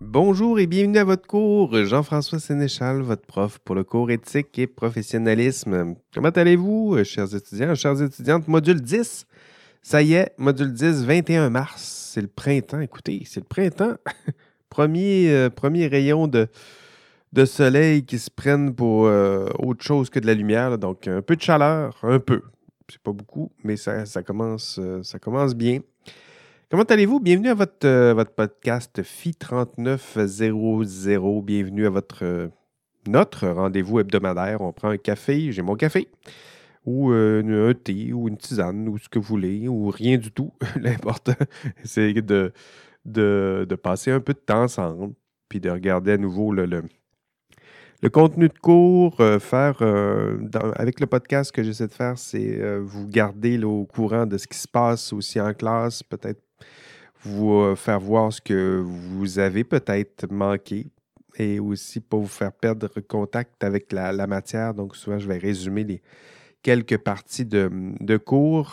Bonjour et bienvenue à votre cours. Jean-François Sénéchal, votre prof pour le cours éthique et professionnalisme. Comment allez-vous, chers étudiants, chères étudiantes? Module 10. Ça y est, module 10, 21 mars. C'est le printemps. Écoutez, c'est le printemps. Premier rayon de soleil qui se prennent pour autre chose que de la lumière. Là. Donc, un peu de chaleur, un peu. C'est pas beaucoup, mais ça commence bien. Comment allez-vous? Bienvenue à votre podcast FI 3900. Bienvenue à notre rendez-vous hebdomadaire. On prend un café, j'ai mon café, ou un thé, ou une tisane, ou ce que vous voulez, ou rien du tout. L'important, c'est de passer un peu de temps ensemble, puis de regarder à nouveau le contenu de cours, avec le podcast, ce que j'essaie de faire, c'est vous garder là, au courant de ce qui se passe aussi en classe, peut-être vous faire voir ce que vous avez peut-être manqué et aussi pas vous faire perdre contact avec la matière. Donc, souvent, je vais résumer les quelques parties de cours.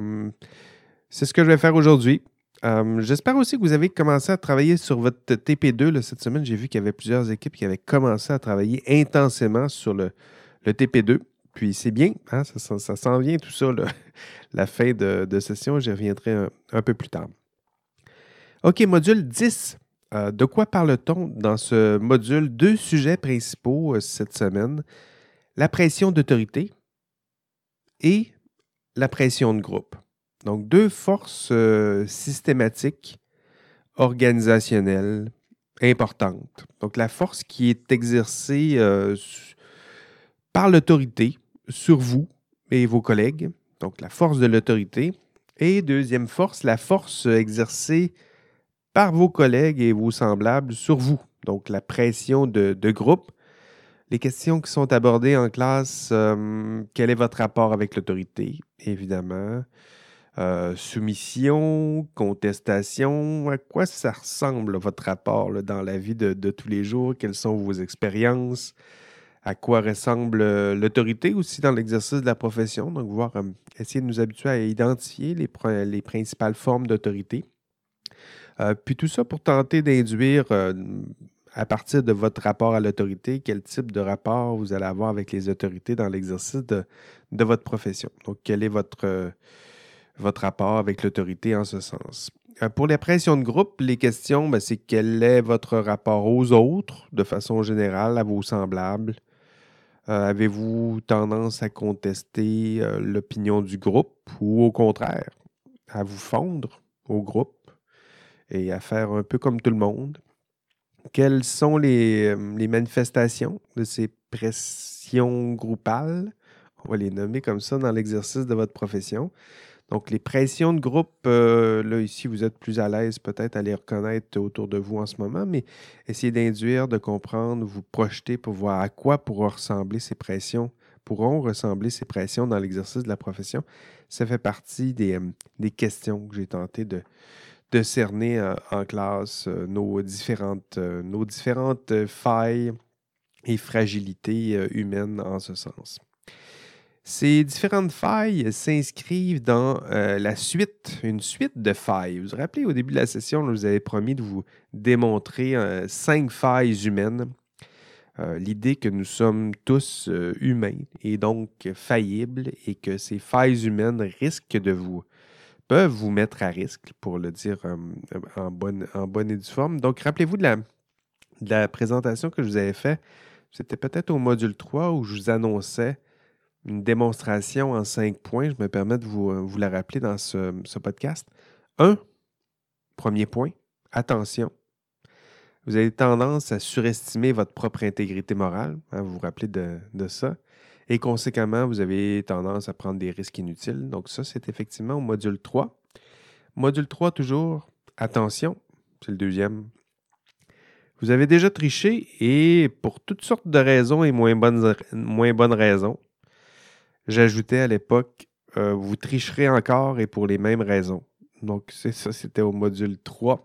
C'est ce que je vais faire aujourd'hui. J'espère aussi que vous avez commencé à travailler sur votre TP2. Là, cette semaine, j'ai vu qu'il y avait plusieurs équipes qui avaient commencé à travailler intensément sur le TP2. Puis c'est bien, hein, ça s'en vient tout ça, là. La fin de session. J'y reviendrai un peu plus tard. OK, module 10. De quoi parle-t-on dans ce module? Deux sujets principaux cette semaine. La pression d'autorité et la pression de groupe. Donc, deux forces systématiques, organisationnelles, importantes. Donc, la force qui est exercée par l'autorité sur vous et vos collègues. Donc, la force de l'autorité. Et deuxième force, la force exercée par vos collègues et vos semblables sur vous. Donc, la pression de groupe. Les questions qui sont abordées en classe, quel est votre rapport avec l'autorité, évidemment. Soumission, contestation, à quoi ça ressemble votre rapport là, dans la vie de tous les jours? Quelles sont vos expériences? À quoi ressemble l'autorité aussi dans l'exercice de la profession? Donc, essayer de nous habituer à identifier les principales formes d'autorité. Puis tout ça pour tenter d'induire, à partir de votre rapport à l'autorité, quel type de rapport vous allez avoir avec les autorités dans l'exercice de votre profession. Donc, quel est votre rapport avec l'autorité en ce sens? Pour les pressions de groupe, les questions, c'est quel est votre rapport aux autres, de façon générale, à vos semblables? Avez-vous tendance à contester l'opinion du groupe ou au contraire, à vous fondre au groupe et à faire un peu comme tout le monde? Quelles sont les manifestations de ces pressions groupales? On va les nommer comme ça dans l'exercice de votre profession. Donc, les pressions de groupe, là, ici, vous êtes plus à l'aise peut-être à les reconnaître autour de vous en ce moment, mais essayez d'induire, de comprendre, vous projeter pour voir à quoi pourront ressembler ces pressions dans l'exercice de la profession. Ça fait partie des questions que j'ai tenté de cerner en classe nos différentes failles et fragilités humaines en ce sens. Ces différentes failles s'inscrivent dans une suite de failles. Vous vous rappelez, au début de la session, là, je vous avais promis de vous démontrer 5 failles humaines. L'idée que nous sommes tous humains et donc faillibles et que ces failles humaines peuvent vous mettre à risque, pour le dire en bonne et due forme. Donc, rappelez-vous de la présentation que je vous avais faite. C'était peut-être au module 3 où je vous annonçais une démonstration en 5 points. Je me permets de vous la rappeler dans ce podcast. Premier point, attention. Vous avez tendance à surestimer votre propre intégrité morale. Hein, vous vous rappelez de ça. Et conséquemment, vous avez tendance à prendre des risques inutiles. Donc ça, c'est effectivement au module 3. Module 3, toujours, attention, c'est le deuxième. Vous avez déjà triché et pour toutes sortes de raisons et moins bonnes raisons. J'ajoutais à l'époque, vous tricherez encore et pour les mêmes raisons. Donc, c'est ça, c'était au module 3.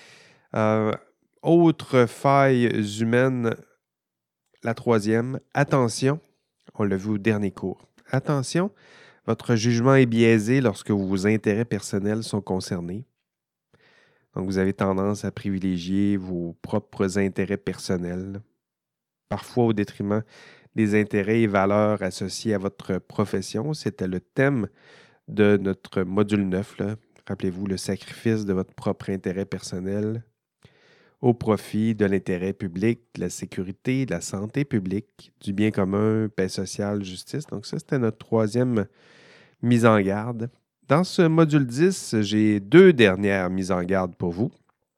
Autre faille humaine, la troisième, attention, on l'a vu au dernier cours. Attention, votre jugement est biaisé lorsque vos intérêts personnels sont concernés. Donc, vous avez tendance à privilégier vos propres intérêts personnels, parfois au détriment des intérêts et valeurs associés à votre profession. C'était le thème de notre module 9, là. Rappelez-vous, le sacrifice de votre propre intérêt personnel au profit de l'intérêt public, de la sécurité, de la santé publique, du bien commun, paix sociale, justice. Donc ça, c'était notre troisième mise en garde. Dans ce module 10, j'ai 2 dernières mises en garde pour vous.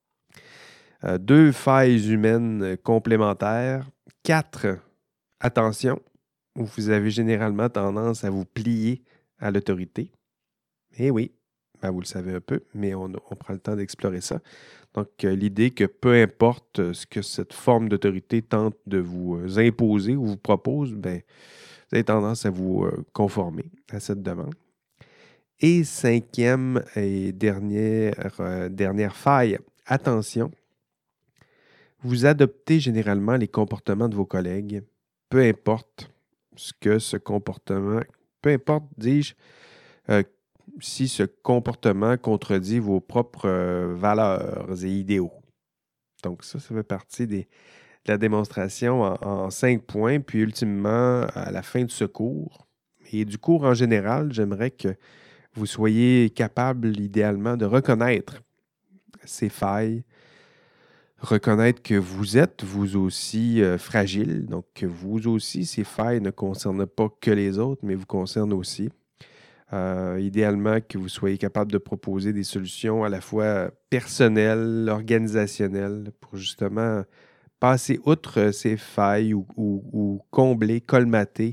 2 failles humaines complémentaires. 4, attention, où vous avez généralement tendance à vous plier à l'autorité. Eh oui, ben vous le savez un peu, mais on prend le temps d'explorer ça. Donc, l'idée que peu importe ce que cette forme d'autorité tente de vous imposer ou vous propose, ben, vous avez tendance à vous conformer à cette demande. Et 5e et dernière faille, attention, vous adoptez généralement les comportements de vos collègues, peu importe ce que ce comportement, peu importe, dis-je, si ce comportement contredit vos propres valeurs et idéaux. Donc ça fait partie de la démonstration en 5 points. Puis ultimement, à la fin de ce cours, et du cours en général, j'aimerais que vous soyez capable idéalement de reconnaître ces failles, reconnaître que vous êtes vous aussi fragile, donc que vous aussi, ces failles ne concernent pas que les autres, mais vous concernent aussi. Idéalement, que vous soyez capable de proposer des solutions à la fois personnelles, organisationnelles, pour justement passer outre ces failles ou combler, colmater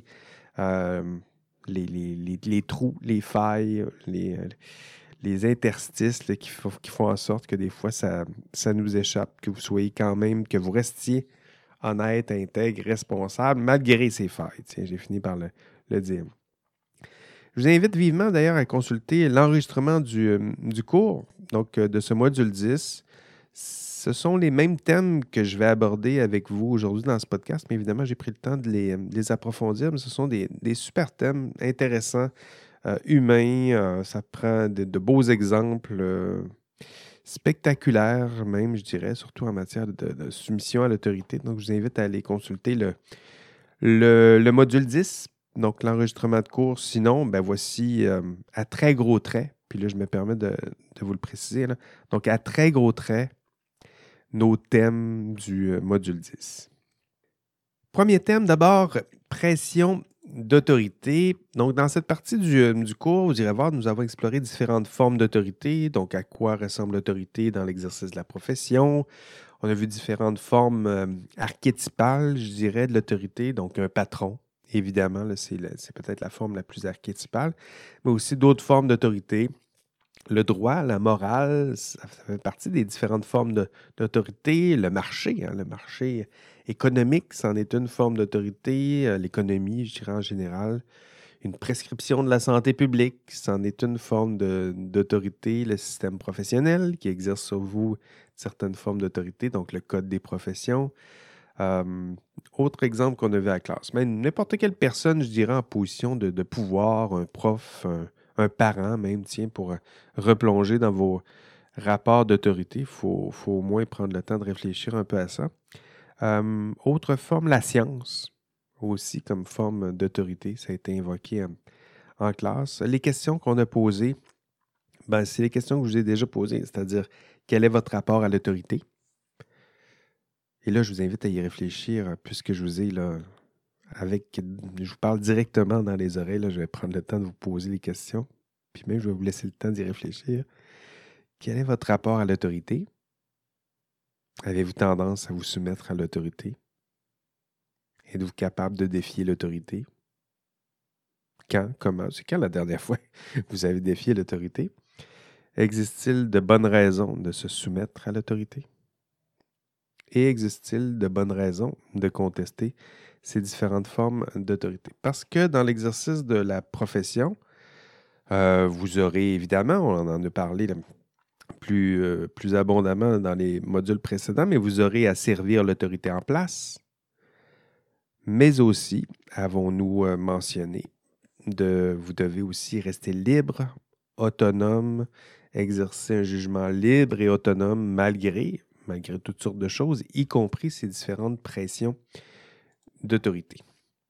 les trous, les failles, les interstices là, qui font en sorte que des fois, ça nous échappe, que vous soyez quand même, que vous restiez honnête, intègre, responsable, malgré ces failles. Tiens, j'ai fini par le dire. Je vous invite vivement d'ailleurs à consulter l'enregistrement du cours, donc de ce module 10. Ce sont les mêmes thèmes que je vais aborder avec vous aujourd'hui dans ce podcast, mais évidemment, j'ai pris le temps de les approfondir. Mais ce sont des super thèmes intéressants, humains. Ça prend de beaux exemples, spectaculaires même, je dirais, surtout en matière de soumission à l'autorité. Donc, je vous invite à aller consulter le module 10. Donc, l'enregistrement de cours. Sinon, ben voici à très gros traits, puis là, je me permets de vous le préciser, là. Donc, à très gros traits, nos thèmes du module 10. Premier thème, d'abord, pression d'autorité. Donc, dans cette partie du cours, vous irez voir, nous avons exploré différentes formes d'autorité. Donc, à quoi ressemble l'autorité dans l'exercice de la profession. On a vu différentes formes archétypales, je dirais, de l'autorité. Donc, un patron. Évidemment, là, c'est peut-être la forme la plus archétypale, mais aussi d'autres formes d'autorité. Le droit, la morale, ça fait partie des différentes formes d'autorité. Le marché économique, c'en est une forme d'autorité. L'économie, je dirais en général. Une prescription de la santé publique, c'en est une forme d'autorité. Le système professionnel qui exerce sur vous certaines formes d'autorité, donc le code des professions. Autre exemple qu'on a vu à la classe, même n'importe quelle personne, je dirais, en position de pouvoir, un prof, un parent même, tiens, pour replonger dans vos rapports d'autorité, il faut au moins prendre le temps de réfléchir un peu à ça. Autre forme, la science, aussi comme forme d'autorité, ça a été invoqué en classe. Les questions qu'on a posées, ben, c'est les questions que je vous ai déjà posées, c'est-à-dire, quel est votre rapport à l'autorité? Et là, je vous invite à y réfléchir, puisque je vous ai là, je vous parle directement dans les oreilles. Là, je vais prendre le temps de vous poser les questions. Puis même, je vais vous laisser le temps d'y réfléchir. Quel est votre rapport à l'autorité? Avez-vous tendance à vous soumettre à l'autorité? Êtes-vous capable de défier l'autorité? Quand? Comment? C'est quand la dernière fois que vous avez défié l'autorité? Existe-t-il de bonnes raisons de se soumettre à l'autorité? Et existe-t-il de bonnes raisons de contester ces différentes formes d'autorité? Parce que dans l'exercice de la profession, vous aurez évidemment, on en a parlé plus abondamment dans les modules précédents, mais vous aurez à servir l'autorité en place, mais aussi, avons-nous mentionné, vous devez aussi rester libre, autonome, exercer un jugement libre et autonome malgré toutes sortes de choses, y compris ces différentes pressions d'autorité.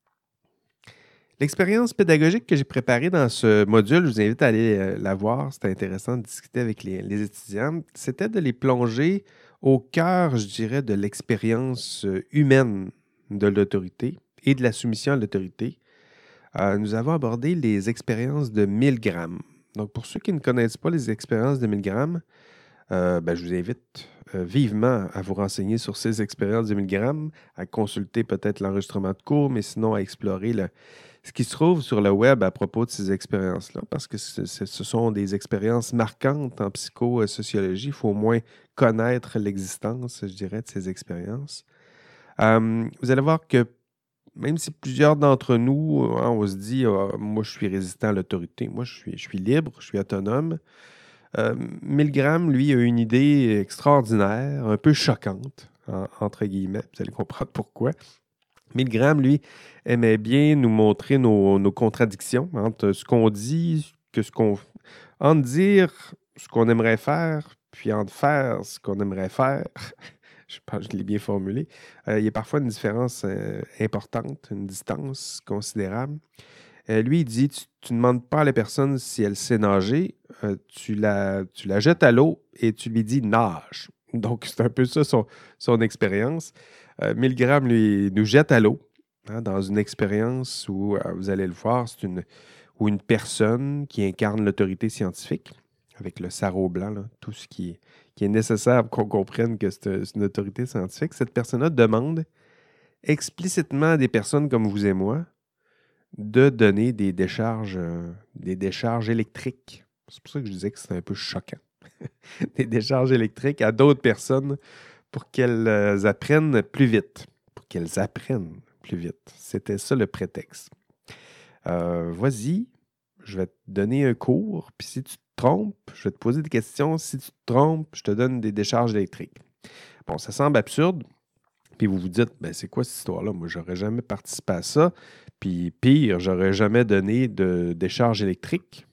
L'expérience pédagogique que j'ai préparée dans ce module, je vous invite à aller la voir, c'était intéressant de discuter avec les étudiants, c'était de les plonger au cœur, je dirais, de l'expérience humaine de l'autorité et de la soumission à l'autorité. Nous avons abordé les expériences de Milgram. Donc, pour ceux qui ne connaissent pas les expériences de Milgram, je vous invite vivement à vous renseigner sur ces expériences de Milgram, à consulter peut-être l'enregistrement de cours, mais sinon à explorer ce qui se trouve sur le web à propos de ces expériences-là, parce que ce sont des expériences marquantes en psychosociologie. Il faut au moins connaître l'existence, je dirais, de ces expériences. Vous allez voir que même si plusieurs d'entre nous, on se dit moi, je suis résistant à l'autorité, moi, je suis libre, je suis autonome. Milgram, lui, a une idée extraordinaire, un peu choquante, entre guillemets. Vous allez comprendre pourquoi. Milgram, lui, aimait bien nous montrer nos contradictions entre ce qu'on dit, entre dire ce qu'on aimerait faire, puis entre faire ce qu'on aimerait faire. Je pense que je l'ai bien formulé. Il y a parfois une différence importante, une distance considérable. Lui, il dit, tu ne demandes pas à la personne si elle sait nager, tu la jettes à l'eau et tu lui dis nage. Donc, c'est un peu ça son expérience. Milgram, lui, nous jette à l'eau dans une expérience où, vous allez le voir, c'est une personne qui incarne l'autorité scientifique avec le sarrau blanc, là, tout ce qui est nécessaire pour qu'on comprenne que c'est une autorité scientifique. Cette personne-là demande explicitement à des personnes comme vous et moi de donner des décharges électriques. C'est pour ça que je disais que c'était un peu choquant. Des décharges électriques à d'autres personnes pour qu'elles apprennent plus vite. C'était ça le prétexte. Vas-y, je vais te donner un cours, puis si tu te trompes, je vais te poser des questions. Si tu te trompes, je te donne des décharges électriques. Bon, ça semble absurde. Puis vous vous dites, c'est quoi cette histoire-là? Moi, j'aurais jamais participé à ça. Puis pire, j'aurais jamais donné de décharge électrique.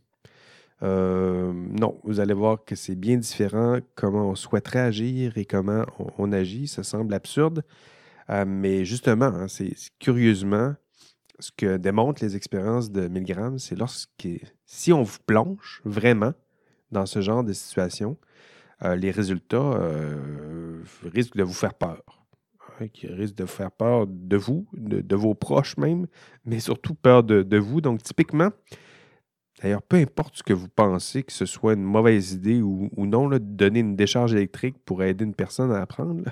Non, vous allez voir que c'est bien différent comment on souhaiterait agir et comment on agit. Ça semble absurde. Mais justement, c'est curieusement ce que démontrent les expériences de Milgram, c'est si on vous plonge vraiment dans ce genre de situation, les résultats risquent de vous faire peur. Qui risque de vous faire peur de vous, de vos proches même, mais surtout peur de vous. Donc, typiquement, d'ailleurs, peu importe ce que vous pensez, que ce soit une mauvaise idée ou non, là, de donner une décharge électrique pour aider une personne à apprendre,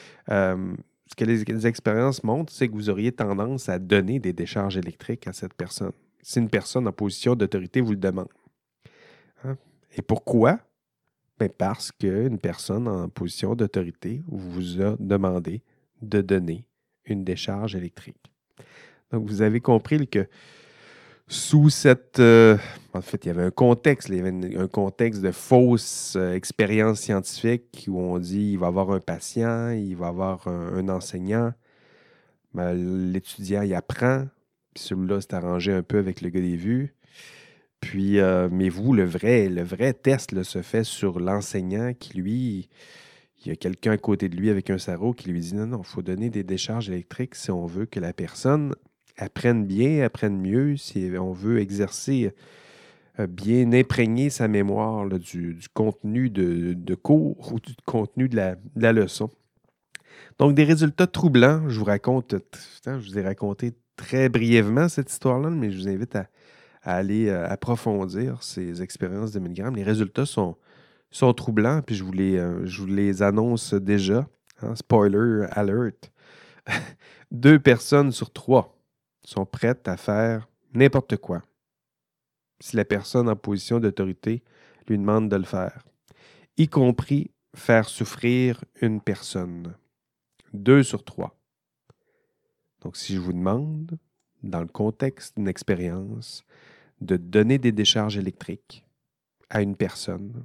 ce que les expériences montrent, c'est que vous auriez tendance à donner des décharges électriques à cette personne. Si une personne en position d'autorité vous le demande. Hein? Et pourquoi? Parce qu'une personne en position d'autorité vous a demandé de donner une décharge électrique. Donc, vous avez compris que sous cette... en fait, il y avait un contexte. Il y avait un contexte de fausse expérience scientifique où on dit il va y avoir un patient, il va y avoir un enseignant. L'étudiant, il apprend. Puis celui-là s'est arrangé un peu avec le gars des vues. Puis, mais vous, le vrai test là, se fait sur l'enseignant qui, lui... Il y a quelqu'un à côté de lui avec un sarrau qui lui dit non, il faut donner des décharges électriques si on veut que la personne apprenne bien, apprenne mieux, si on veut exercer, bien imprégner sa mémoire là, du contenu de cours ou du contenu de la leçon. Donc, des résultats troublants, je vous ai raconté très brièvement cette histoire-là, mais je vous invite à aller approfondir ces expériences de Milgram. Les résultats sont troublants, puis je vous les annonce déjà. Hein, spoiler alert. 2 personnes sur 3 sont prêtes à faire n'importe quoi si la personne en position d'autorité lui demande de le faire, y compris faire souffrir une personne. 2 sur 3. Donc, si je vous demande, dans le contexte d'une expérience, de donner des décharges électriques à une personne,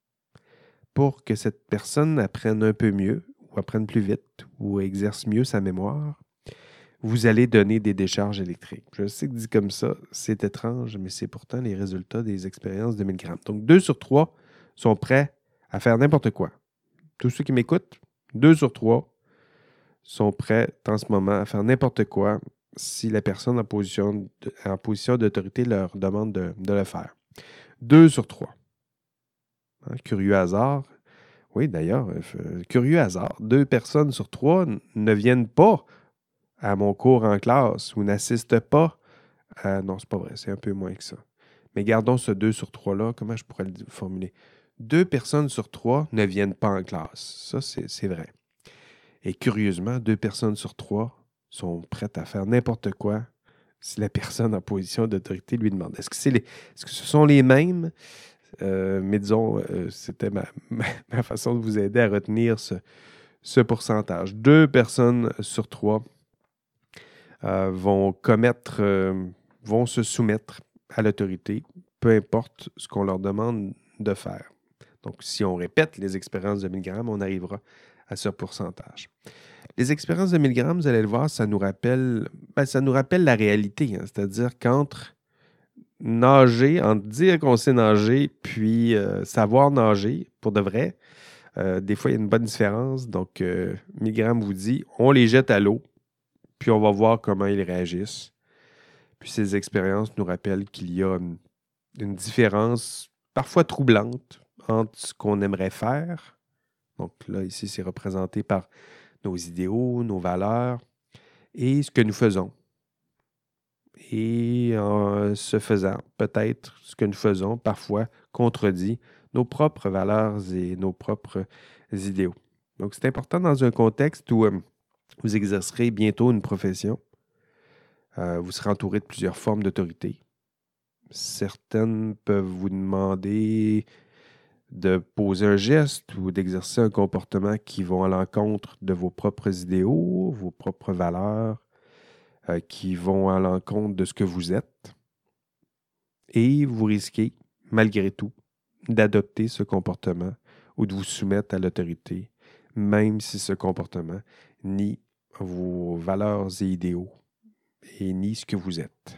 pour que cette personne apprenne un peu mieux, ou apprenne plus vite, ou exerce mieux sa mémoire, vous allez donner des décharges électriques. Je sais que dit comme ça, c'est étrange, mais c'est pourtant les résultats des expériences de Milgram. Donc, 2 sur 3 sont prêts à faire n'importe quoi. Tous ceux qui m'écoutent, 2 sur 3 sont prêts en ce moment à faire n'importe quoi si la personne en position d'autorité leur demande de le faire. 2 sur 3. Hein, curieux hasard. Oui, d'ailleurs, curieux hasard. 2 personnes sur 3 ne viennent pas à mon cours en classe ou n'assistent pas à... Non, c'est pas vrai, c'est un peu moins que ça. Mais gardons ce 2 sur 3-là. Comment je pourrais le formuler? 2 personnes sur 3 ne viennent pas en classe. Ça, c'est vrai. Et curieusement, 2 personnes sur 3 sont prêtes à faire n'importe quoi si la personne en position d'autorité lui demande. Est-ce que ce sont les mêmes? Mais disons, c'était ma façon de vous aider à retenir ce pourcentage. 2 personnes sur 3 vont se soumettre à l'autorité, peu importe ce qu'on leur demande de faire. Donc, si on répète les expériences de Milgram, on arrivera à ce pourcentage. Les expériences de Milgram, vous allez le voir, ça nous rappelle la réalité. Hein, c'est-à-dire qu'entre dire qu'on sait nager, puis savoir nager, pour de vrai, des fois, il y a une bonne différence. Donc, Milgram vous dit, on les jette à l'eau, puis on va voir comment ils réagissent. Puis ces expériences nous rappellent qu'il y a une différence parfois troublante entre ce qu'on aimerait faire. Donc là, ici, c'est représenté par nos idéaux, nos valeurs et ce que nous faisons. Et en ce faisant, peut-être ce que nous faisons parfois contredit nos propres valeurs et nos propres idéaux. Donc c'est important dans un contexte où vous exercerez bientôt une profession. Vous serez entouré de plusieurs formes d'autorité. Certaines peuvent vous demander de poser un geste ou d'exercer un comportement qui vont à l'encontre de vos propres idéaux, vos propres valeurs, qui vont à l'encontre de ce que vous êtes. Et vous risquez, malgré tout, d'adopter ce comportement ou de vous soumettre à l'autorité, même si ce comportement nie vos valeurs et idéaux et nie ce que vous êtes.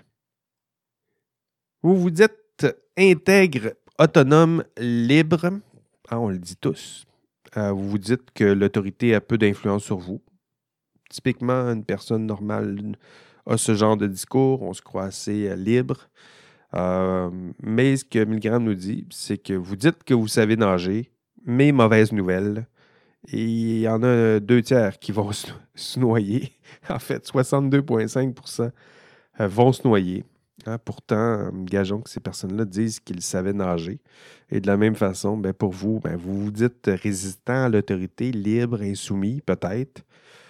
Vous vous dites intègre, autonome, libre. Ah, on le dit tous. Vous vous dites que l'autorité a peu d'influence sur vous. Typiquement, une personne normale a ce genre de discours. On se croit assez libre. Mais ce que Milgram nous dit, c'est que vous dites que vous savez nager, mais mauvaise nouvelle. Et il y en a 2/3 qui vont se noyer. En fait, 62,5% vont se noyer. Hein, pourtant, gageons que ces personnes-là disent qu'ils savaient nager. Et de la même façon, pour vous, vous vous dites résistant à l'autorité, libre, insoumis, peut-être.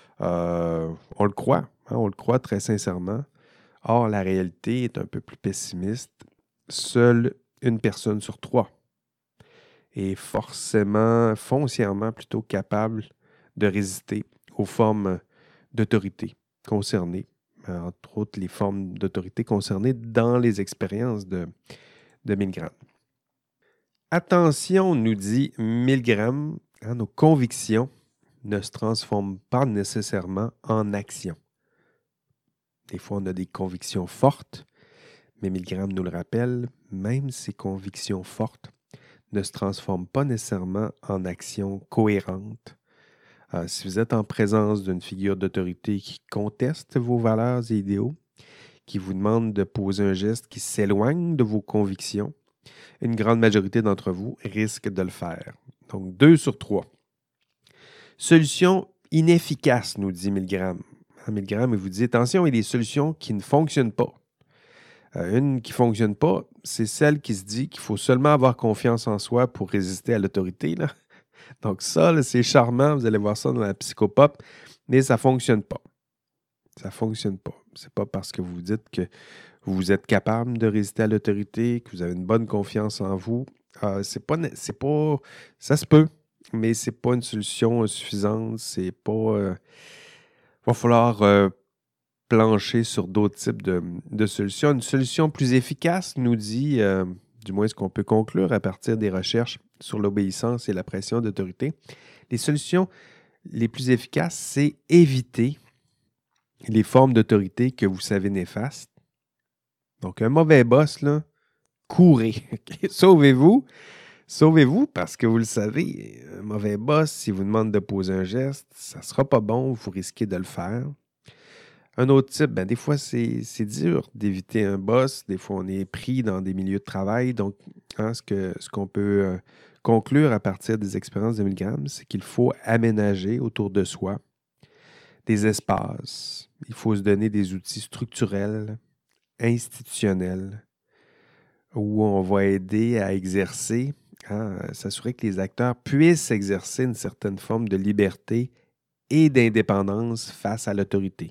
On le croit. Hein, on le croit très sincèrement. Or, la réalité est un peu plus pessimiste. Seule une personne sur 3 est foncièrement plutôt capable de résister aux formes d'autorité concernées. Entre autres, les formes d'autorité concernées dans les expériences de Milgram. Attention, nous dit Milgram, nos convictions ne se transforment pas nécessairement en action. Des fois, on a des convictions fortes, mais Milgram nous le rappelle, même ces convictions fortes ne se transforment pas nécessairement en actions cohérentes. Si vous êtes en présence d'une figure d'autorité qui conteste vos valeurs et idéaux, qui vous demande de poser un geste qui s'éloigne de vos convictions, une grande majorité d'entre vous risque de le faire. Donc, 2 sur 3. Solution inefficace, nous dit Milgram. Milgram, il vous dit, attention, il y a des solutions qui ne fonctionnent pas. Une qui ne fonctionne pas, c'est celle qui se dit qu'il faut seulement avoir confiance en soi pour résister à l'autorité, là. Donc ça, là, c'est charmant, vous allez voir ça dans la psychopop, mais ça ne fonctionne pas. Ça ne fonctionne pas. Ce n'est pas parce que vous dites que vous êtes capable de résister à l'autorité, que vous avez une bonne confiance en vous. Ça se peut, mais ce n'est pas une solution suffisante. C'est pas... va falloir plancher sur d'autres types de solutions. Une solution plus efficace nous dit, du moins ce qu'on peut conclure à partir des recherches sur l'obéissance et la pression d'autorité, les solutions les plus efficaces, c'est éviter les formes d'autorité que vous savez néfastes. Donc, un mauvais boss, là, courez. Sauvez-vous. Sauvez-vous parce que vous le savez, un mauvais boss, s'il vous demande de poser un geste, ça ne sera pas bon, vous risquez de le faire. Un autre type, des fois, c'est dur d'éviter un boss. Des fois, on est pris dans des milieux de travail. Donc, ce qu'on peut conclure à partir des expériences de Milgram, c'est qu'il faut aménager autour de soi des espaces. Il faut se donner des outils structurels, institutionnels, où on va aider à exercer, s'assurer que les acteurs puissent exercer une certaine forme de liberté et d'indépendance face à l'autorité.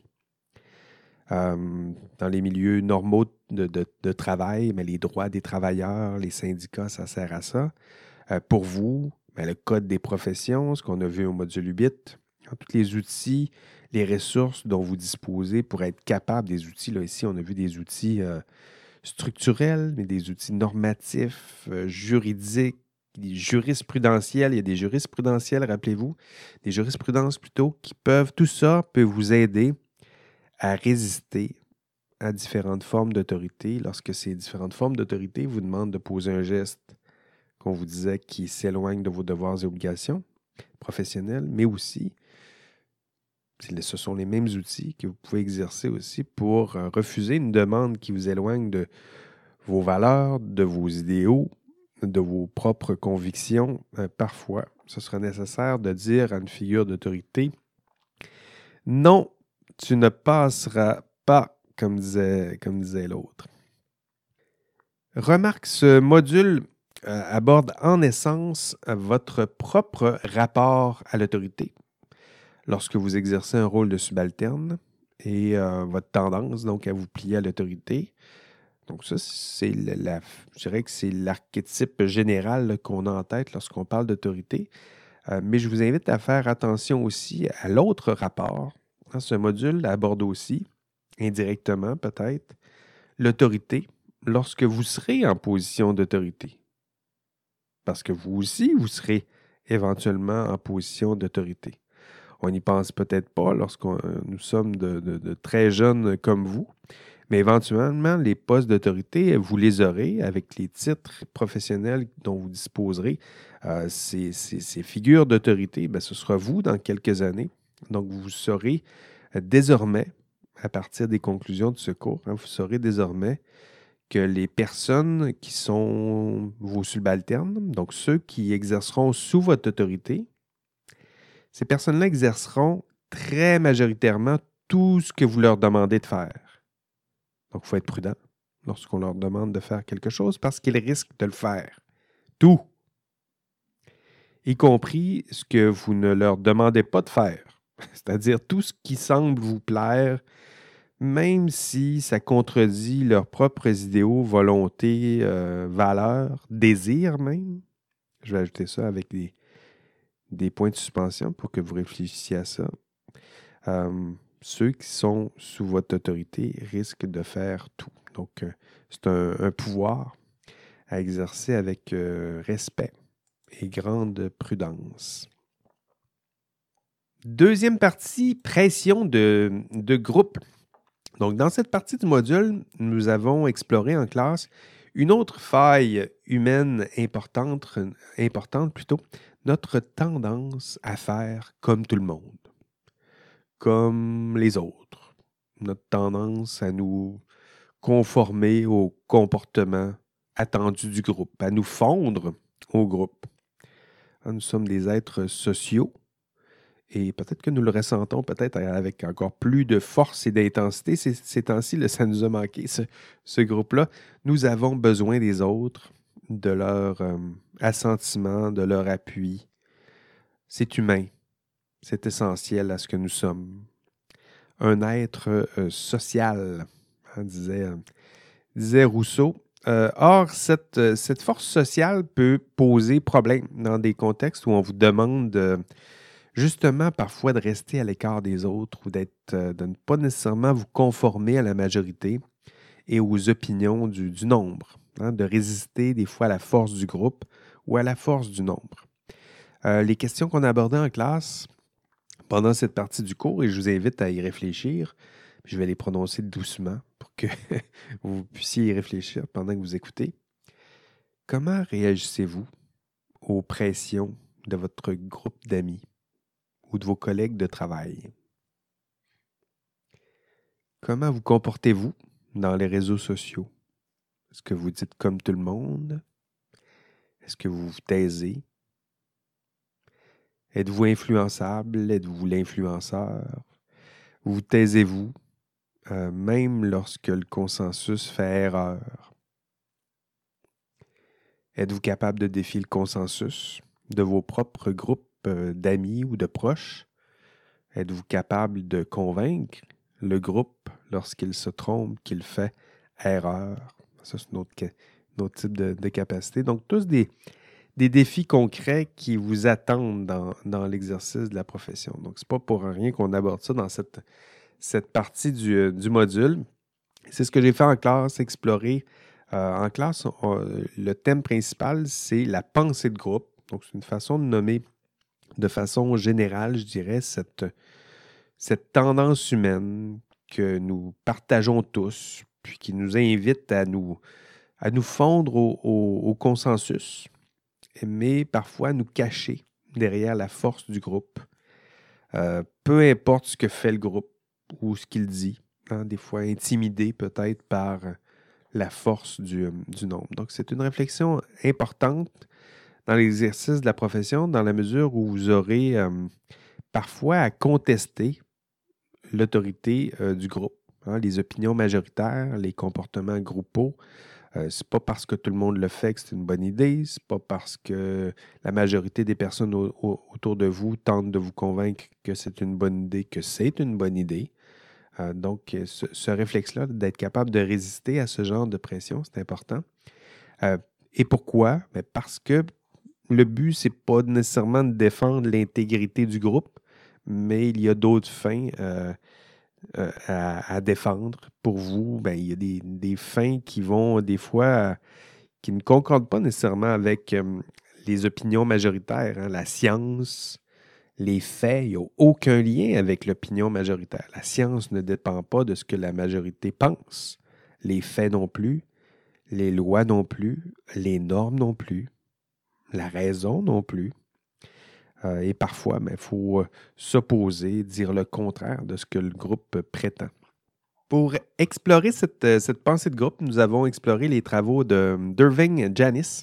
Dans les milieux normaux de travail, mais les droits des travailleurs, les syndicats, ça sert à ça. Pour vous, le code des professions, ce qu'on a vu au module 8, tous les outils, les ressources dont vous disposez pour être capable des outils. Là, ici, on a vu des outils structurels, mais des outils normatifs, juridiques, jurisprudentiels. Il y a des jurisprudentiels, rappelez-vous, des jurisprudences plutôt, tout ça peut vous aider à résister à différentes formes d'autorité lorsque ces différentes formes d'autorité vous demandent de poser un geste qu'on vous disait qui s'éloigne de vos devoirs et obligations professionnelles, mais aussi, ce sont les mêmes outils que vous pouvez exercer aussi pour refuser une demande qui vous éloigne de vos valeurs, de vos idéaux, de vos propres convictions. Parfois, ce sera nécessaire de dire à une figure d'autorité « Non, tu ne passeras pas », comme disait l'autre. Remarque, ce module aborde en essence votre propre rapport à l'autorité lorsque vous exercez un rôle de subalterne et votre tendance donc à vous plier à l'autorité. Donc ça, je dirais que c'est l'archétype général là, qu'on a en tête lorsqu'on parle d'autorité. Mais je vous invite à faire attention aussi à l'autre rapport. Ce module aborde aussi, indirectement peut-être, l'autorité lorsque vous serez en position d'autorité. Parce que vous aussi, vous serez éventuellement en position d'autorité. On n'y pense peut-être pas lorsque nous sommes de très jeunes comme vous, mais éventuellement, les postes d'autorité, vous les aurez avec les titres professionnels dont vous disposerez. Ces figures d'autorité, ce sera vous dans quelques années. Donc, vous saurez désormais, à partir des conclusions de ce cours, vous saurez désormais que les personnes qui sont vos subalternes, donc ceux qui exerceront sous votre autorité, ces personnes-là exerceront très majoritairement tout ce que vous leur demandez de faire. Donc, il faut être prudent lorsqu'on leur demande de faire quelque chose parce qu'ils risquent de le faire. Tout. Y compris ce que vous ne leur demandez pas de faire. C'est-à-dire tout ce qui semble vous plaire, même si ça contredit leurs propres idéaux, volontés, valeurs, désirs même. Je vais ajouter ça avec des points de suspension pour que vous réfléchissiez à ça. Ceux qui sont sous votre autorité risquent de faire tout. Donc, c'est un pouvoir à exercer avec respect et grande prudence. Deuxième partie, pression de groupe. Donc, dans cette partie du module, nous avons exploré en classe une autre faille humaine importante plutôt, notre tendance à faire comme tout le monde, comme les autres, notre tendance à nous conformer au comportement attendu du groupe, à nous fondre au groupe. Nous sommes des êtres sociaux et peut-être que nous le ressentons peut-être avec encore plus de force et d'intensité. Ces temps-ci, là, ça nous a manqué, ce groupe-là. Nous avons besoin des autres, de leur assentiment, de leur appui. C'est humain. C'est essentiel à ce que nous sommes. Un être social, disait Rousseau. Or, cette force sociale peut poser problème dans des contextes où on vous demande justement parfois de rester à l'écart des autres ou de ne pas nécessairement vous conformer à la majorité et aux opinions du nombre, de résister des fois à la force du groupe ou à la force du nombre. Les questions qu'on a abordées en classe pendant cette partie du cours, et je vous invite à y réfléchir, puis je vais les prononcer doucement pour que vous puissiez y réfléchir pendant que vous écoutez. Comment réagissez-vous aux pressions de votre groupe d'amis ou de vos collègues de travail? Comment vous comportez-vous dans les réseaux sociaux? Est-ce que vous dites comme tout le monde? Est-ce que vous vous taisez? Êtes-vous influençable? Êtes-vous l'influenceur? Vous taisez-vous, même lorsque le consensus fait erreur? Êtes-vous capable de défier le consensus de vos propres groupes d'amis ou de proches? Êtes-vous capable de convaincre le groupe lorsqu'il se trompe, qu'il fait erreur? Ça, c'est un autre type de capacité. Donc, tous des défis concrets qui vous attendent dans l'exercice de la profession. Donc, c'est pas pour rien qu'on aborde ça dans cette partie du module. C'est ce que j'ai fait en classe, explorer. En classe, le thème principal, c'est la pensée de groupe. Donc, c'est une façon de nommer de façon générale, je dirais, cette tendance humaine que nous partageons tous, puis qui nous invite à nous fondre au consensus, mais parfois à nous cacher derrière la force du groupe. Peu importe ce que fait le groupe ou ce qu'il dit, hein, des fois intimidé peut-être par la force du nombre. Donc, c'est une réflexion importante dans l'exercice de la profession, dans la mesure où vous aurez parfois à contester l'autorité du groupe, hein, les opinions majoritaires, les comportements groupaux. C'est pas parce que tout le monde le fait que c'est une bonne idée. C'est pas parce que la majorité des personnes autour de vous tentent de vous convaincre que c'est une bonne idée que c'est une bonne idée. Donc, ce réflexe-là, d'être capable de résister à ce genre de pression, c'est important. Et pourquoi? Bien, parce que le but, c'est pas nécessairement de défendre l'intégrité du groupe, mais il y a d'autres fins à défendre. Pour vous, ben, il y a des fins qui vont des fois, qui ne concordent pas nécessairement avec les opinions majoritaires, hein. La science, les faits, il n'y a aucun lien avec l'opinion majoritaire. La science ne dépend pas de ce que la majorité pense. Les faits non plus, les lois non plus, les normes non plus, la raison non plus. Et parfois, il faut s'opposer, dire le contraire de ce que le groupe prétend. Pour explorer cette pensée de groupe, nous avons exploré les travaux d'Irving Janis.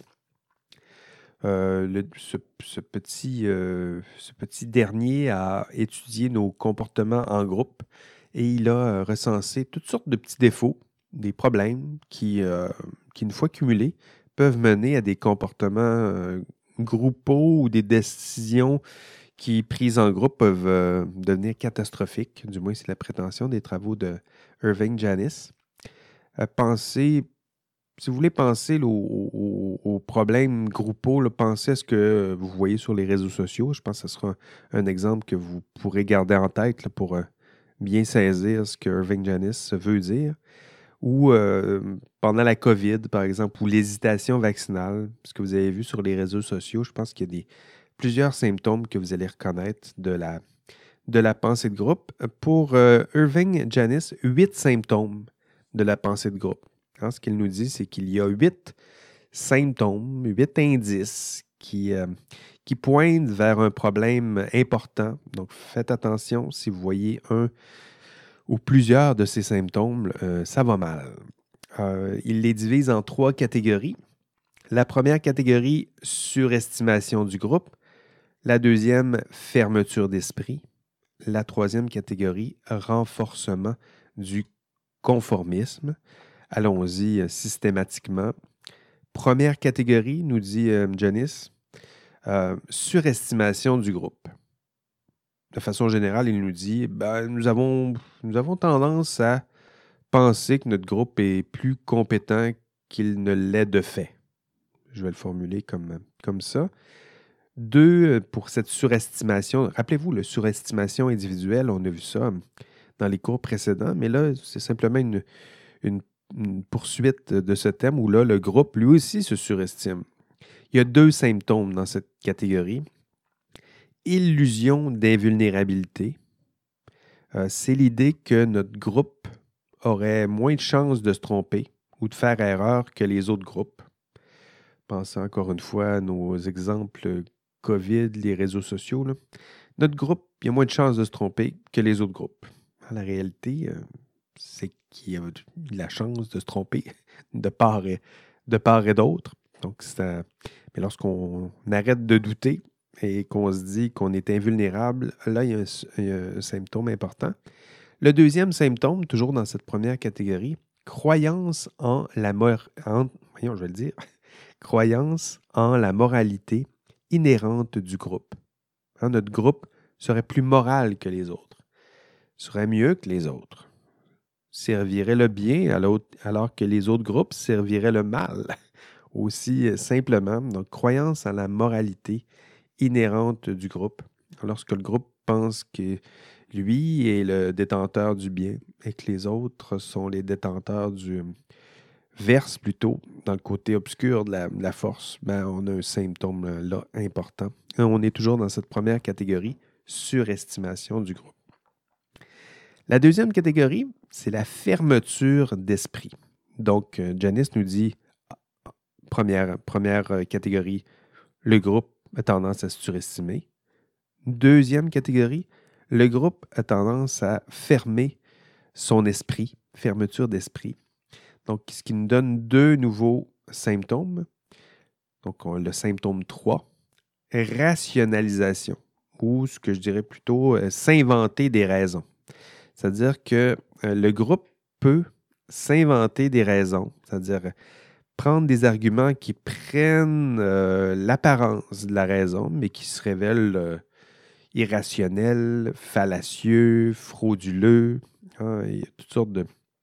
Ce petit dernier a étudié nos comportements en groupe et il a recensé toutes sortes de petits défauts, des problèmes qui une fois cumulés, peuvent mener à des comportements groupaux ou des décisions qui, prises en groupe, peuvent devenir catastrophiques. Du moins, c'est la prétention des travaux de Irving Janis. Si vous voulez penser aux problèmes groupaux, là, pensez à ce que vous voyez sur les réseaux sociaux. Je pense que ce sera un exemple que vous pourrez garder en tête là, pour bien saisir ce que Irving Janis veut dire. Ou pendant la COVID, par exemple, ou l'hésitation vaccinale, ce que vous avez vu sur les réseaux sociaux, je pense qu'il y a plusieurs symptômes que vous allez reconnaître de la pensée de groupe. Pour Irving Janis, 8 symptômes de la pensée de groupe. Hein, ce qu'il nous dit, c'est qu'il y a 8 symptômes, 8 indices qui pointent vers un problème important. Donc, faites attention si vous voyez un ou plusieurs de ces symptômes, ça va mal. Il les divise en 3 catégories. La première catégorie, surestimation du groupe. La deuxième, fermeture d'esprit. La troisième catégorie, renforcement du conformisme. Allons-y systématiquement. Première catégorie, nous dit Janis, surestimation du groupe. De façon générale, il nous dit nous avons tendance à penser que notre groupe est plus compétent qu'il ne l'est de fait. Je vais le formuler comme ça. 2, pour cette surestimation. Rappelez-vous, la surestimation individuelle, on a vu ça dans les cours précédents, mais là, c'est simplement une poursuite de ce thème où là, le groupe, lui aussi, se surestime. Il y a 2 symptômes dans cette catégorie. Illusion d'invulnérabilité. C'est l'idée que notre groupe aurait moins de chances de se tromper ou de faire erreur que les autres groupes. Pensez encore une fois à nos exemples COVID, les réseaux sociaux, là. Notre groupe, il y a moins de chances de se tromper que les autres groupes. La réalité, c'est qu'il y a de la chance de se tromper de part et d'autre. Donc, mais lorsqu'on arrête de douter et qu'on se dit qu'on est invulnérable, là, il y a un symptôme important. Le deuxième symptôme, toujours dans cette première catégorie, croyance en la voyons, je vais le dire, croyance en la moralité inhérente du groupe. Hein, notre groupe serait plus moral que les autres, serait mieux que les autres, servirait le bien alors que les autres groupes serviraient le mal, aussi simplement. Donc, croyance en la moralité inhérente du groupe. Lorsque le groupe pense que lui est le détenteur du bien et que les autres sont les détenteurs verse plutôt dans le côté obscur de la force, ben, on a un symptôme là important. On est toujours dans cette première catégorie, surestimation du groupe. La deuxième catégorie, c'est la fermeture d'esprit. Donc, Janice nous dit, première catégorie, le groupe a tendance à se surestimer. Deuxième catégorie, le groupe a tendance à fermer son esprit, fermeture d'esprit. Donc, ce qui nous donne deux nouveaux symptômes. Donc, le symptôme 3, rationalisation, ou ce que je dirais plutôt s'inventer des raisons. C'est-à-dire que le groupe peut s'inventer des raisons, c'est-à-dire prendre des arguments qui prennent l'apparence de la raison, mais qui se révèlent irrationnels, fallacieux, frauduleux. Hein, il y a toutes sortes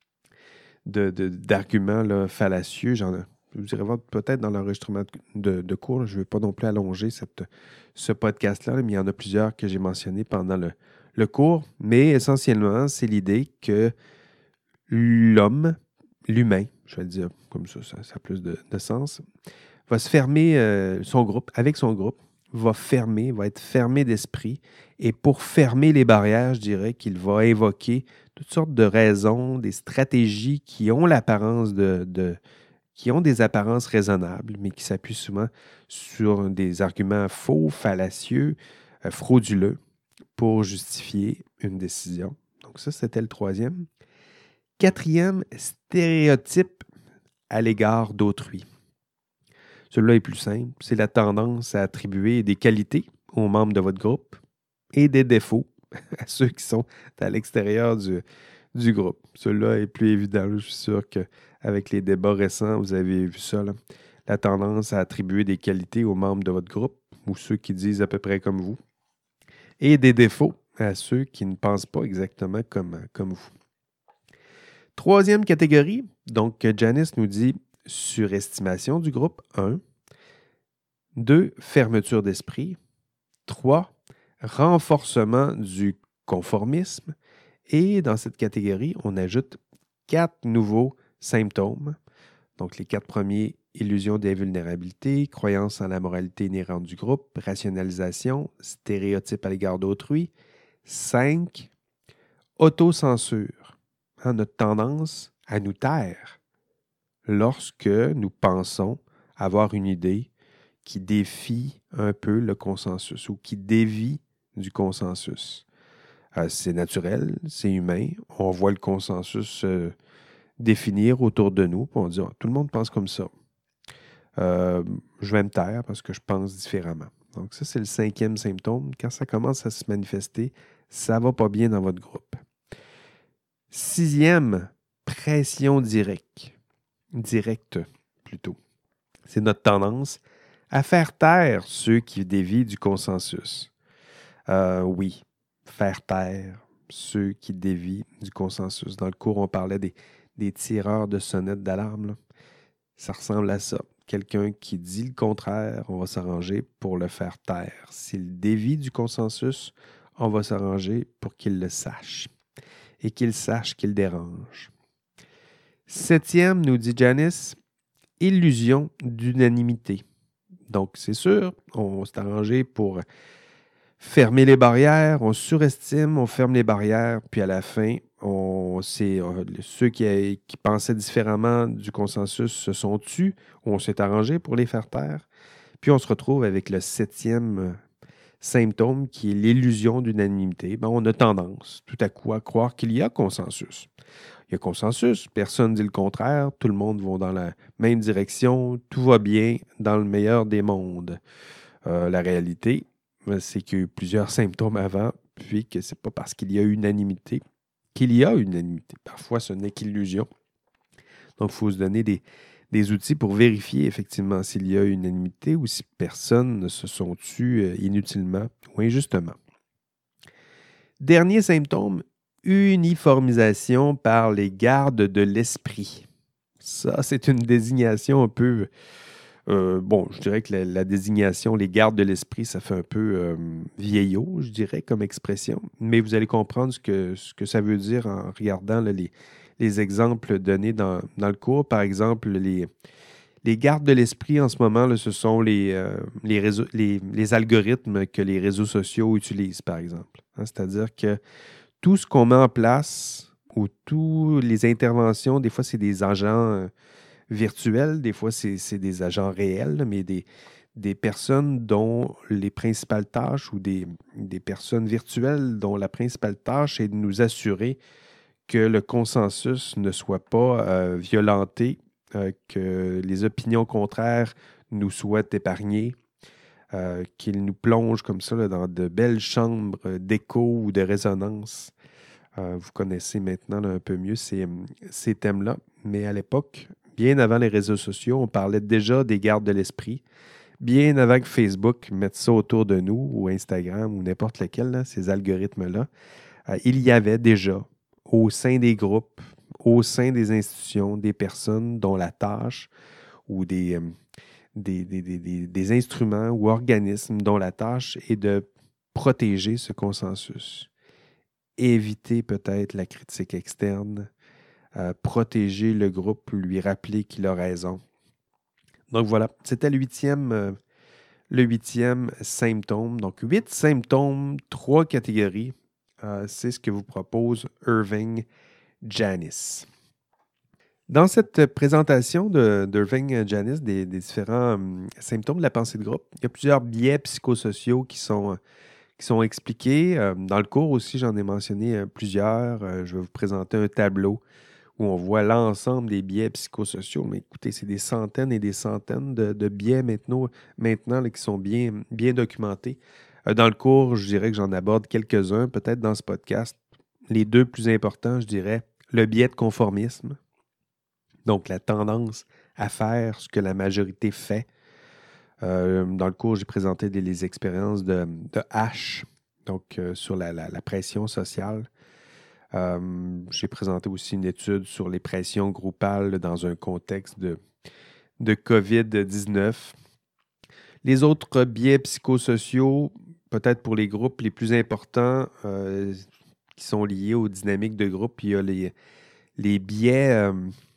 d'arguments là, fallacieux. Vous irez voir peut-être dans l'enregistrement de cours. Je ne vais pas non plus allonger ce podcast-là, mais il y en a plusieurs que j'ai mentionnés pendant le cours. Mais essentiellement, c'est l'idée que l'humain, je vais le dire comme ça a plus de sens, va se fermer avec son groupe, va être fermé d'esprit. Et pour fermer les barrières, je dirais qu'il va invoquer toutes sortes de raisons, des stratégies qui ont l'apparence qui ont des apparences raisonnables, mais qui s'appuient souvent sur des arguments faux, fallacieux, frauduleux pour justifier une décision. Donc ça, c'était le troisième. Quatrième, stéréotype à l'égard d'autrui. Celui-là est plus simple. C'est la tendance à attribuer des qualités aux membres de votre groupe et des défauts à ceux qui sont à l'extérieur du groupe. Celui-là est plus évident. Je suis sûr qu'avec les débats récents, vous avez vu ça. Là. La tendance à attribuer des qualités aux membres de votre groupe ou ceux qui disent à peu près comme vous et des défauts à ceux qui ne pensent pas exactement comme vous. Troisième catégorie, donc Janice nous dit surestimation du groupe, 1. 2. Fermeture d'esprit. 3. Renforcement du conformisme. Et dans cette catégorie, on ajoute 4 nouveaux symptômes. Donc les 4 premiers, illusion d'invulnérabilité, croyance en la moralité inhérente du groupe, rationalisation, stéréotype à l'égard d'autrui. 5. Autocensure. Notre tendance à nous taire lorsque nous pensons avoir une idée qui défie un peu le consensus ou qui dévie du consensus. C'est naturel, c'est humain. On voit le consensus définir autour de nous, puis on dit tout le monde pense comme ça. Je vais me taire parce que je pense différemment. Donc ça, c'est le 5e symptôme. Quand ça commence à se manifester, ça ne va pas bien dans votre groupe. 6e, pression directe plutôt. C'est notre tendance à faire taire ceux qui dévient du consensus. Oui, faire taire ceux qui dévient du consensus. Dans le cours, on parlait des tireurs de sonnettes d'alarme. Là. Ça ressemble à ça. Quelqu'un qui dit le contraire, on va s'arranger pour le faire taire. S'il dévie du consensus, on va s'arranger pour qu'il le sache et qu'il sache qu'il dérange. 7e, nous dit Janice, illusion d'unanimité. Donc, c'est sûr, on s'est arrangé pour fermer les barrières, on surestime, on ferme les barrières, puis à la fin, ceux qui pensaient différemment du consensus se sont tus, on s'est arrangé pour les faire taire, puis on se retrouve avec le 7e symptôme qui est l'illusion d'unanimité. Ben, on a tendance tout à coup à croire qu'il y a consensus. Il y a consensus, personne ne dit le contraire, tout le monde va dans la même direction, tout va bien dans le meilleur des mondes. La réalité, c'est qu'il y a eu plusieurs symptômes avant, puis que c'est pas parce qu'il y a unanimité qu'il y a unanimité. Parfois, ce n'est qu'illusion. Donc, il faut se donner des outils pour vérifier effectivement s'il y a unanimité ou si personne ne se sont tus inutilement ou injustement. Dernier symptôme, uniformisation par les gardes de l'esprit. Ça, c'est une désignation un peu... je dirais que la désignation, les gardes de l'esprit, ça fait un peu vieillot, je dirais, comme expression. Mais vous allez comprendre ce que ça veut dire en regardant là, les exemples donnés dans le cours. Par exemple, les gardes de l'esprit en ce moment, là, ce sont les algorithmes que les réseaux sociaux utilisent, par exemple. Hein, c'est-à-dire que tout ce qu'on met en place ou toutes les interventions, des fois, c'est des agents virtuels, des fois, c'est des agents réels, là, mais des personnes dont les principales tâches ou des personnes virtuelles dont la principale tâche est de nous assurer que le consensus ne soit pas violenté, que les opinions contraires nous soient épargnées, qu'ils nous plongent comme ça là, dans de belles chambres d'écho ou de résonance. Vous connaissez maintenant là, un peu mieux ces thèmes-là, mais à l'époque, bien avant les réseaux sociaux, on parlait déjà des gardes de l'esprit. Bien avant que Facebook mette ça autour de nous, ou Instagram, ou n'importe lequel, là, ces algorithmes-là, il y avait déjà au sein des groupes, au sein des institutions, des personnes dont la tâche ou des instruments ou organismes dont la tâche est de protéger ce consensus. Éviter peut-être la critique externe, protéger le groupe, lui rappeler qu'il a raison. Donc voilà, c'était le huitième symptôme. Donc 8 symptômes, 3 catégories. C'est ce que vous propose Irving Janis. Dans cette présentation d'Irving Janis des différents symptômes de la pensée de groupe, il y a plusieurs biais psychosociaux qui sont expliqués. Dans le cours aussi, j'en ai mentionné plusieurs. Je vais vous présenter un tableau où on voit l'ensemble des biais psychosociaux. Mais écoutez, c'est des centaines et des centaines de biais maintenant là, qui sont bien, bien documentés. Dans le cours, je dirais que j'en aborde quelques-uns, peut-être dans ce podcast. Les 2 plus importants, je dirais, le biais de conformisme, donc la tendance à faire ce que la majorité fait. Dans le cours, j'ai présenté les expériences de H, donc sur la pression sociale. J'ai présenté aussi une étude sur les pressions groupales dans un contexte de COVID-19. Les autres biais psychosociaux, peut-être pour les groupes les plus importants qui sont liés aux dynamiques de groupe, il y a les biais,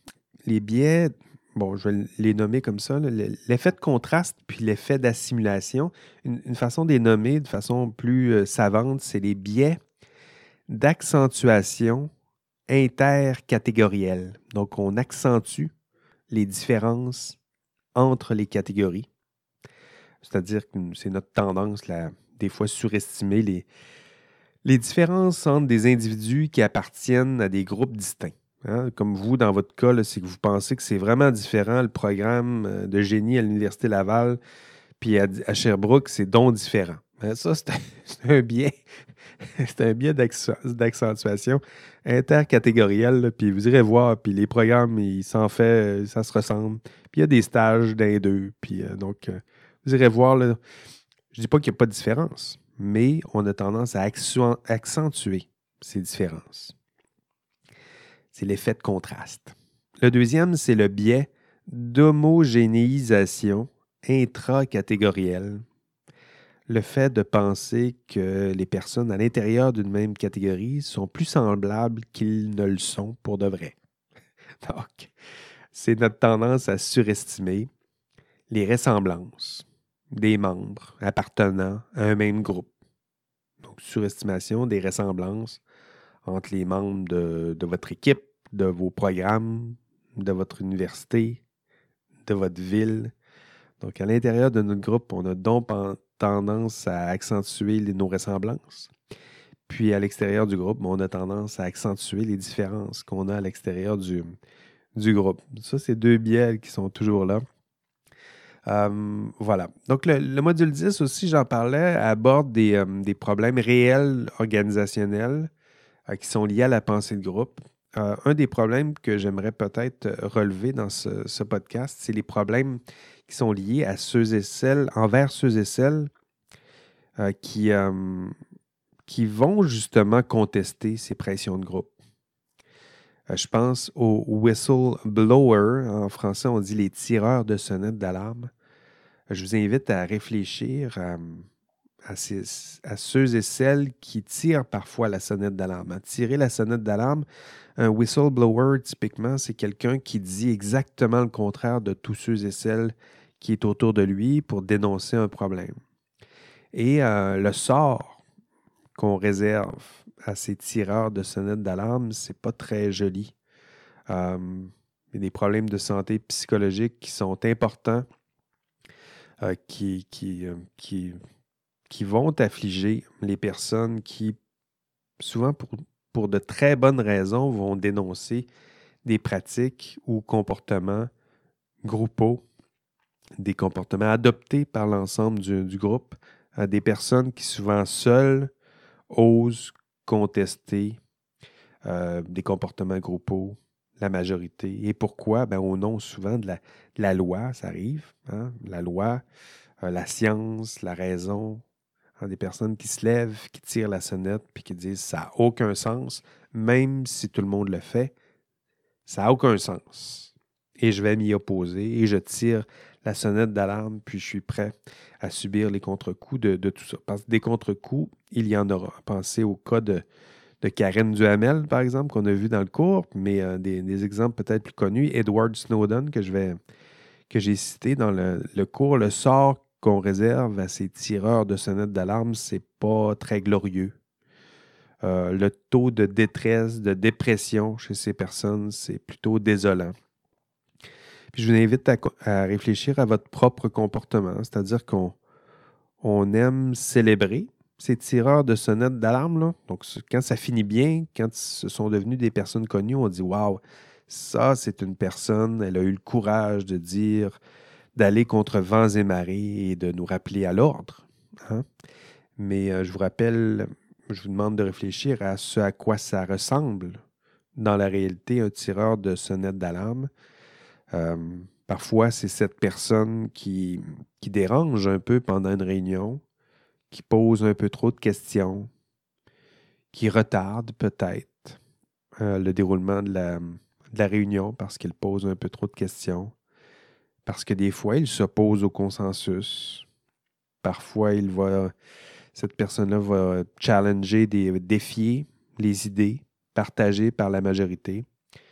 bon, je vais les nommer comme ça, là, l'effet de contraste puis l'effet d'assimilation. Une façon de les nommer de façon plus savante, c'est les biais d'accentuation intercatégorielle. Donc, on accentue les différences entre les catégories. C'est-à-dire que c'est notre tendance, là, des fois, surestimer les différences entre des individus qui appartiennent à des groupes distincts. Hein? Comme vous, dans votre cas, là, c'est que vous pensez que c'est vraiment différent le programme de génie à l'Université Laval, puis à Sherbrooke, c'est donc différent. Ça, c'est un biais. C'est un biais d'accentuation intercatégorielle, là, puis vous irez voir, puis les programmes, ça se ressemble. Puis il y a des stages d'un deux, puis donc, vous irez voir, là, je dis pas qu'il n'y a pas de différence, mais on a tendance à accentuer ces différences. C'est l'effet de contraste. Le deuxième, c'est le biais d'homogénéisation intracatégorielle. Le fait de penser que les personnes à l'intérieur d'une même catégorie sont plus semblables qu'ils ne le sont pour de vrai. Donc, c'est notre tendance à surestimer les ressemblances des membres appartenant à un même groupe. Donc, surestimation des ressemblances entre les membres de votre équipe, de vos programmes, de votre université, de votre ville. Donc, à l'intérieur de notre groupe, on a donc tendance à accentuer nos ressemblances. Puis, à l'extérieur du groupe, on a tendance à accentuer les différences qu'on a à l'extérieur du groupe. Ça, c'est deux biais qui sont toujours là. Voilà. Donc, le module 10 aussi, j'en parlais, aborde des problèmes réels organisationnels qui sont liés à la pensée de groupe. Un des problèmes que j'aimerais peut-être relever dans ce podcast, c'est les problèmes qui sont liés à ceux et celles, envers ceux et celles qui vont justement contester ces pressions de groupe. Je pense aux whistleblowers. En français, on dit les tireurs de sonnettes d'alarme. Je vous invite à réfléchir à ceux et celles qui tirent parfois la sonnette d'alarme. À tirer la sonnette d'alarme, un whistleblower, typiquement, c'est quelqu'un qui dit exactement le contraire de tous ceux et celles qui est autour de lui pour dénoncer un problème. Et le sort qu'on réserve à ces tireurs de sonnettes d'alarme, c'est pas très joli. Il y a des problèmes de santé psychologique qui sont importants, qui vont affliger les personnes qui, souvent pour de très bonnes raisons, vont dénoncer des pratiques ou comportements groupaux, des comportements adoptés par l'ensemble du groupe, des personnes qui souvent seules osent contester des comportements groupaux, la majorité. Et pourquoi? Au nom souvent de la loi, ça arrive. Hein? La loi, la science, la raison. Hein? Des personnes qui se lèvent, qui tirent la sonnette, puis qui disent ça n'a aucun sens, même si tout le monde le fait, ça n'a aucun sens. Et je vais m'y opposer et je tire la sonnette d'alarme, puis je suis prêt à subir les contre-coups de tout ça. Parce que des contre-coups, il y en aura. Pensez au cas de Karen Duhamel, par exemple, qu'on a vu dans le cours, mais des exemples peut-être plus connus. Edward Snowden, que j'ai cité dans le cours. Le sort qu'on réserve à ces tireurs de sonnettes d'alarme, c'est pas très glorieux. Le taux de détresse, de dépression chez ces personnes, c'est plutôt désolant. Puis je vous invite à réfléchir à votre propre comportement, c'est-à-dire qu'on aime célébrer ces tireurs de sonnettes d'alarme, là. Donc, quand ça finit bien, quand ce sont devenus des personnes connues, on dit « Wow, ça, c'est une personne, elle a eu le courage de dire, d'aller contre vents et marées et de nous rappeler à l'ordre. Hein? » Mais je vous demande de réfléchir à ce à quoi ça ressemble dans la réalité, un tireur de sonnette d'alarme. Parfois, c'est cette personne qui dérange un peu pendant une réunion, qui pose un peu trop de questions, qui retarde peut-être le déroulement de la réunion parce qu'il pose un peu trop de questions, parce que des fois, il s'oppose au consensus. Parfois, cette personne-là va challenger, défier les idées partagées par la majorité.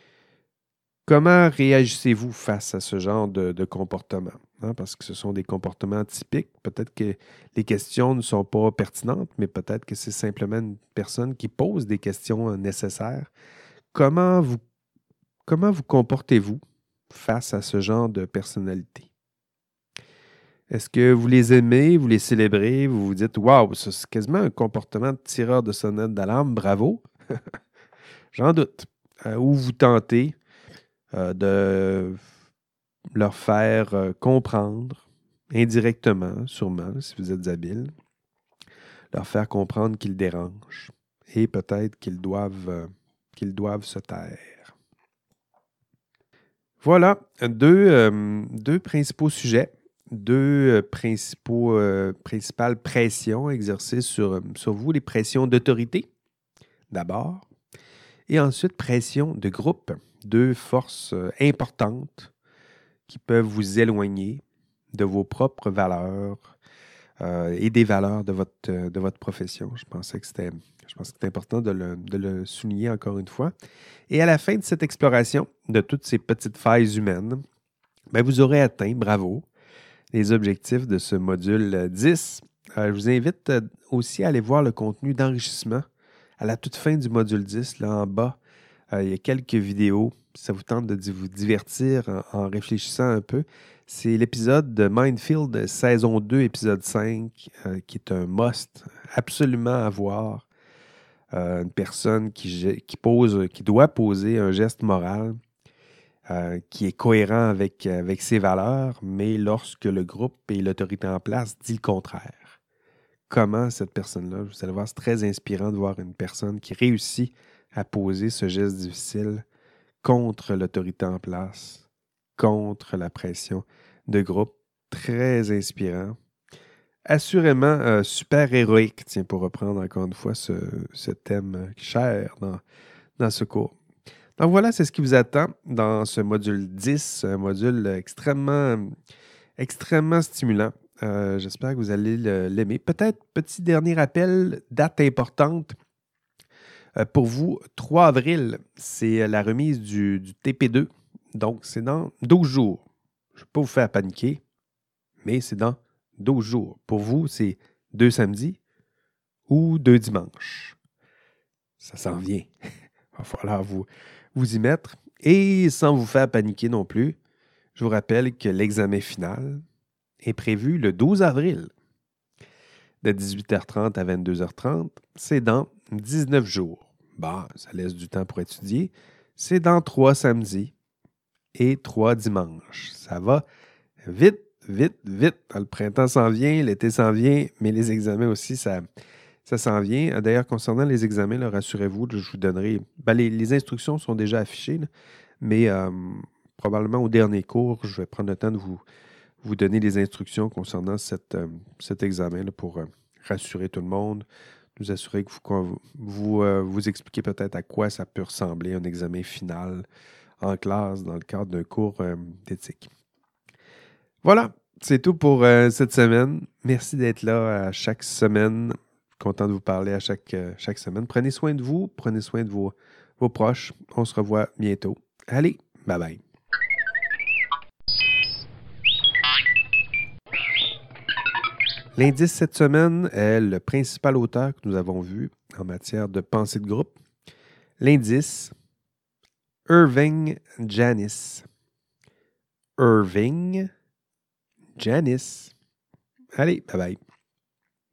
Comment réagissez-vous face à ce genre de comportement? Hein? Parce que ce sont des comportements typiques. Peut-être que les questions ne sont pas pertinentes, mais peut-être que c'est simplement une personne qui pose des questions nécessaires. Comment vous comportez-vous face à ce genre de personnalité? Est-ce que vous les aimez, vous les célébrez, vous vous dites « Wow, ça, c'est quasiment un comportement de tireur de sonnette d'alarme, bravo! » J'en doute. Ou vous tentez de leur faire comprendre, indirectement, sûrement, si vous êtes habile, leur faire comprendre qu'ils dérangent et peut-être qu'ils doivent se taire. Voilà, deux principaux sujets, principales pressions exercées sur vous, les pressions d'autorité, d'abord, et ensuite pression de groupe, deux forces importantes qui peuvent vous éloigner de vos propres valeurs et des valeurs de votre profession. Je pense que c'était important de le souligner encore une fois. Et à la fin de cette exploration de toutes ces petites failles humaines, vous aurez atteint, bravo, les objectifs de ce module 10 Je vous invite aussi à aller voir le contenu d'enrichissement à la toute fin du module 10, là en bas. Il y a quelques vidéos. Si ça vous tente de vous divertir en réfléchissant un peu. C'est l'épisode de Mindfield, saison 2, épisode 5, qui est un must absolument à voir. Une personne qui doit poser un geste moral qui est cohérent avec ses valeurs, mais lorsque le groupe et l'autorité en place dit le contraire. Comment cette personne-là, vous allez voir, c'est très inspirant de voir une personne qui réussit à poser ce geste difficile contre l'autorité en place, contre la pression de groupe. Très inspirant. Assurément super héroïque, tiens, pour reprendre encore une fois ce thème cher dans ce cours. Donc voilà, c'est ce qui vous attend dans ce module 10, un module extrêmement stimulant. J'espère que vous allez l'aimer. Peut-être, petit dernier rappel, date importante pour vous, 3 avril, c'est la remise du TP2. Donc, c'est dans 12 jours. Je ne vais pas vous faire paniquer, mais c'est dans 12 jours. Pour vous, c'est 2 samedis ou 2 dimanches. Ça s'en vient. Il va falloir vous y mettre. Et sans vous faire paniquer non plus, je vous rappelle que l'examen final est prévu le 12 avril. De 18h30 à 22h30, c'est dans 19 jours. Bon, ça laisse du temps pour étudier. C'est dans 3 samedis et 3 dimanches. Ça va vite, vite, vite. Le printemps s'en vient, l'été s'en vient, mais les examens aussi, ça s'en vient. D'ailleurs, concernant les examens, là, rassurez-vous, je vous donnerai... les instructions sont déjà affichées, là, mais probablement au dernier cours, je vais prendre le temps de vous donner les instructions concernant cet examen là, pour rassurer tout le monde, nous assurer que vous expliquez peut-être à quoi ça peut ressembler un examen final en classe dans le cadre d'un cours d'éthique. Voilà, c'est tout pour cette semaine. Merci d'être là à chaque semaine. Content de vous parler à chaque semaine. Prenez soin de vous, prenez soin de vos proches. On se revoit bientôt. Allez, bye bye. L'indice cette semaine est le principal auteur que nous avons vu en matière de pensée de groupe. L'indice, Irving Janis. Irving Janis. Allez, bye bye.